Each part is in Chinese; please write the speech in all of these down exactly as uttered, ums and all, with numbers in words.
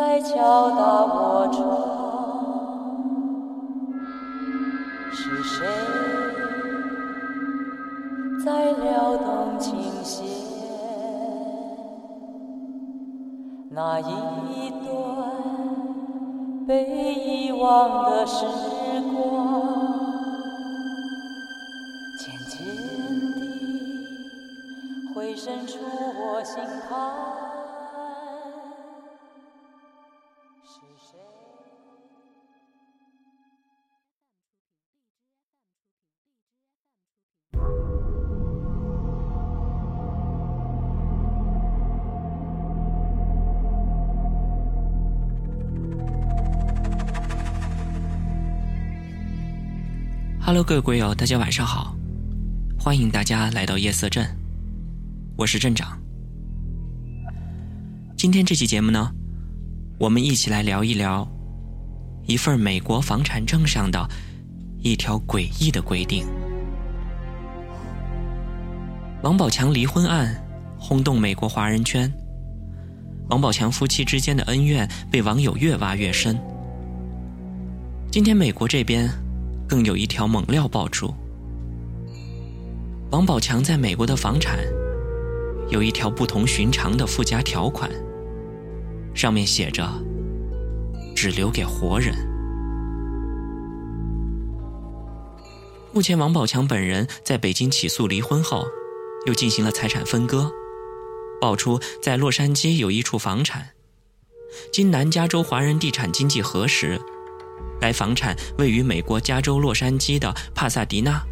在敲打我窗，是谁在撩动琴弦？那一段被遗忘的时光，渐渐地回渗出我心坎。是谁 Hello， 各位鬼友，大家晚上好，欢迎大家来到夜色镇，我是镇长。今天这期节目呢，我们一起来聊一聊一份美国房产证上的一条诡异的规定。王宝强离婚案轰动美国华人圈，王宝强夫妻之间的恩怨被网友越挖越深。今天美国这边更有一条猛料爆出，王宝强在美国的房产有一条不同寻常的附加条款，上面写着只留给活人。目前王宝强本人在北京起诉离婚后，又进行了财产分割，爆出在洛杉矶有一处房产，经南加州华人地产经纪核实，该房产位于美国加州洛杉矶的帕萨迪纳。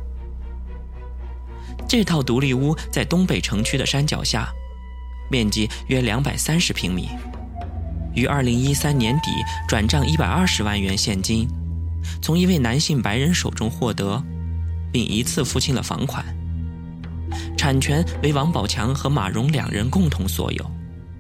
这套独立屋在东北城区的山脚下，面积约两百三十平米，于二零一三年底转账一百二十万元现金，从一位男性白人手中获得，并一次付清了房款。产权为王宝强和马蓉两人共同所有。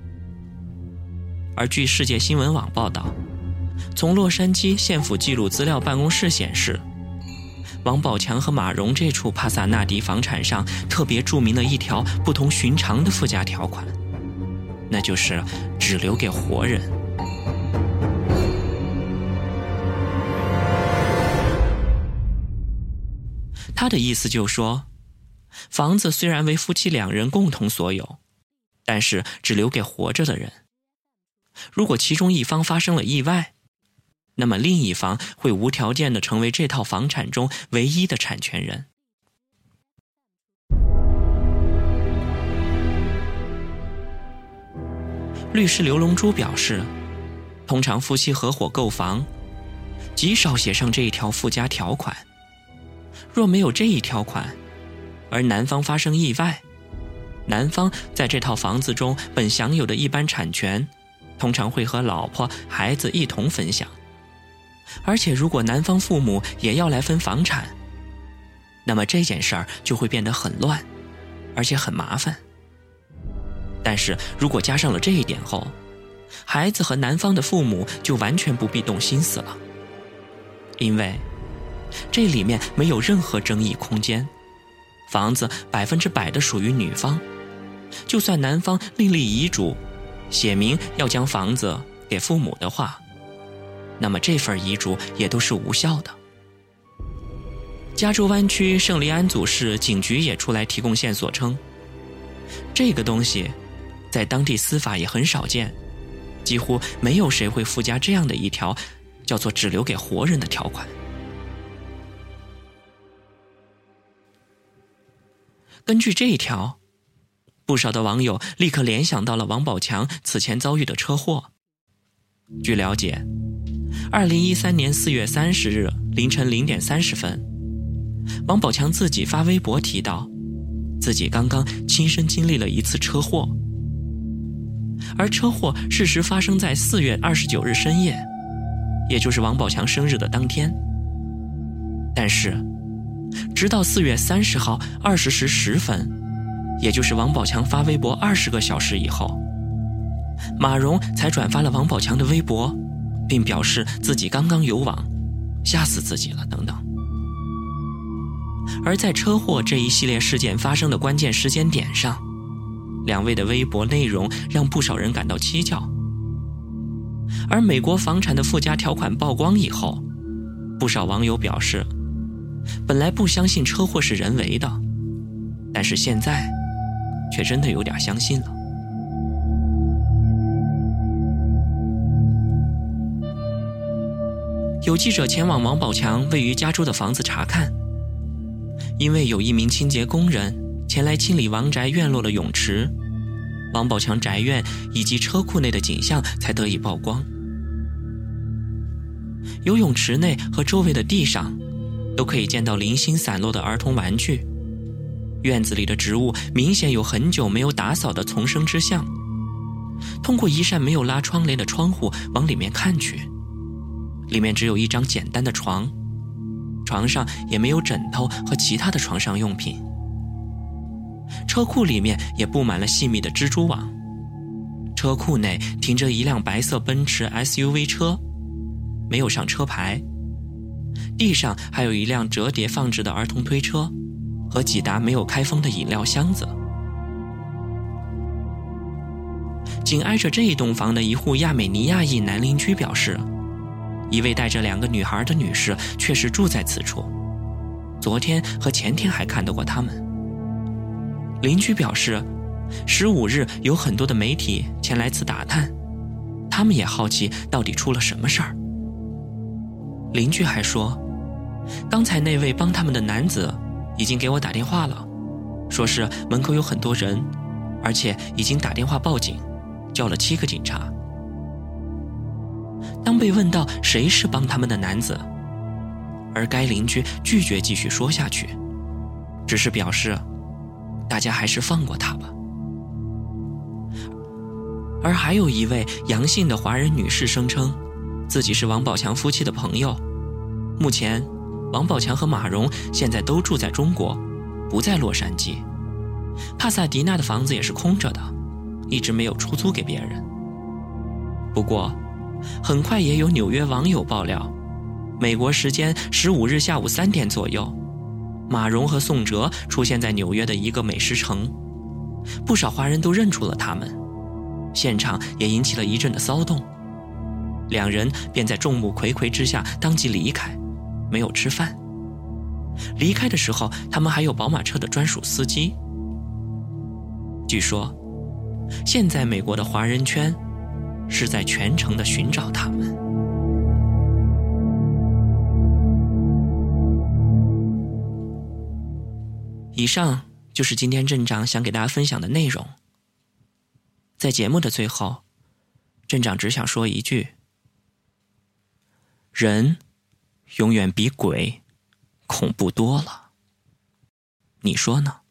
而据世界新闻网报道，从洛杉矶县府记录资料办公室显示，王宝强和马蓉这处帕萨纳迪房产上特别注明了一条不同寻常的附加条款，那就是只留给活人。他的意思就是说，房子虽然为夫妻两人共同所有，但是只留给活着的人。如果其中一方发生了意外，那么另一方会无条件地成为这套房产中唯一的产权人。律师刘龙珠表示，通常夫妻合伙购房，极少写上这一条附加条款。若没有这一条款，而男方发生意外，男方在这套房子中本享有的一般产权，通常会和老婆、孩子一同分享。而且如果男方父母也要来分房产，那么这件事儿就会变得很乱，而且很麻烦。但是如果加上了这一点后，孩子和男方的父母就完全不必动心思了，因为这里面没有任何争议空间，房子百分之百的属于女方，就算男方另立遗嘱，写明要将房子给父母的话，那么这份遗嘱也都是无效的。加州湾区圣利安祖市警局也出来提供线索称，这个东西在当地司法也很少见，几乎没有谁会附加这样的一条叫做只留给活人的条款。根据这一条，不少的网友立刻联想到了王宝强此前遭遇的车祸。据了解，二零一三年四月三十日凌晨零点三十分，王宝强自己发微博提到，自己刚刚亲身经历了一次车祸。而车祸事实发生在四月二十九日深夜，也就是王宝强生日的当天。但是直到四月三十号二十时十分，也就是王宝强发微博二十个小时以后，马蓉才转发了王宝强的微博，并表示自己刚刚有网，吓死自己了等等。而在车祸这一系列事件发生的关键时间点上，两位的微博内容让不少人感到蹊跷。 而美国房产的附加条款曝光以后，不少网友表示，本来不相信车祸是人为的，但是现在却真的有点相信了。有记者前往王宝强位于加州的房子查看，因为有一名清洁工人前来清理王宅院落的泳池，王宝强宅院以及车库内的景象才得以曝光。游泳池内和周围的地上都可以见到零星散落的儿童玩具，院子里的植物明显有很久没有打扫的丛生之象。通过一扇没有拉窗帘的窗户往里面看去，里面只有一张简单的床，床上也没有枕头和其他的床上用品。车库里面也布满了细密的蜘蛛网，车库内停着一辆白色奔驰 S U V 车，没有上车牌，地上还有一辆折叠放置的儿童推车和几沓没有开封的饮料箱子。紧挨着这一栋房的一户亚美尼亚裔男邻居表示，一位带着两个女孩的女士确实住在此处，昨天和前天还看到过他们。邻居表示，十五日有很多的媒体前来此打探，他们也好奇到底出了什么事儿。邻居还说，刚才那位帮他们的男子已经给我打电话了，说是门口有很多人，而且已经打电话报警，叫了七个警察。当被问到谁是帮他们的男子，而该邻居拒绝继续说下去，只是表示大家还是放过他吧。而还有一位杨姓的华人女士声称，自己是王宝强夫妻的朋友，目前王宝强和马蓉现在都住在中国，不在洛杉矶，帕萨迪纳的房子也是空着的，一直没有出租给别人。不过很快也有纽约网友爆料，美国时间十五日下午三点左右，马蓉和宋哲出现在纽约的一个美食城，不少华人都认出了他们，现场也引起了一阵的骚动，两人便在众目睽睽之下当即离开，没有吃饭。离开的时候，他们还有宝马车的专属司机。据说现在美国的华人圈是在全程的寻找他们。以上就是今天镇长想给大家分享的内容。在节目的最后，镇长只想说一句，人永远比鬼恐怖多了，你说呢？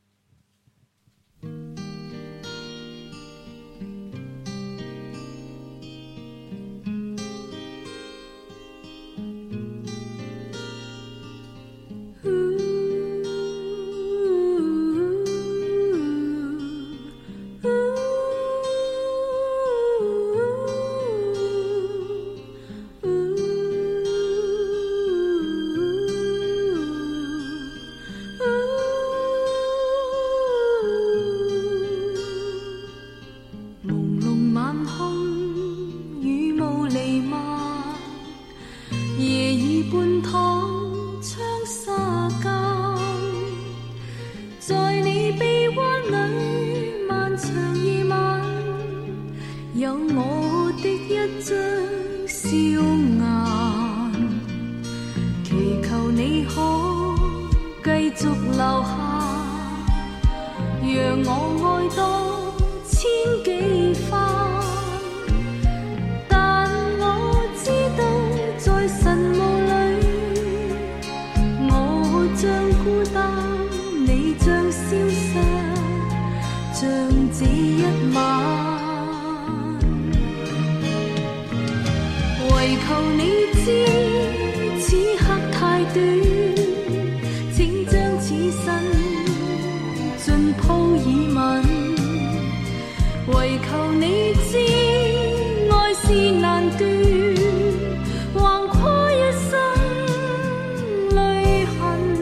讓我愛多千幾番，但我知道在神霧裏，我將孤單，你將消失，像這一晚。唯求你知，此刻太短，請將此生盡鋪以吻，唯求你知，愛是難斷，橫跨一生淚痕。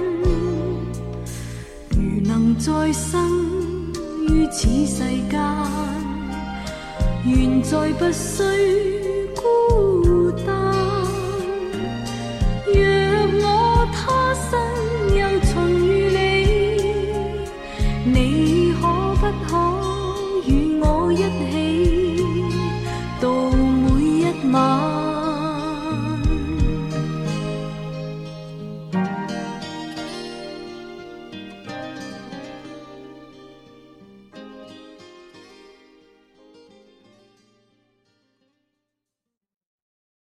如能再生於此世間，願再不需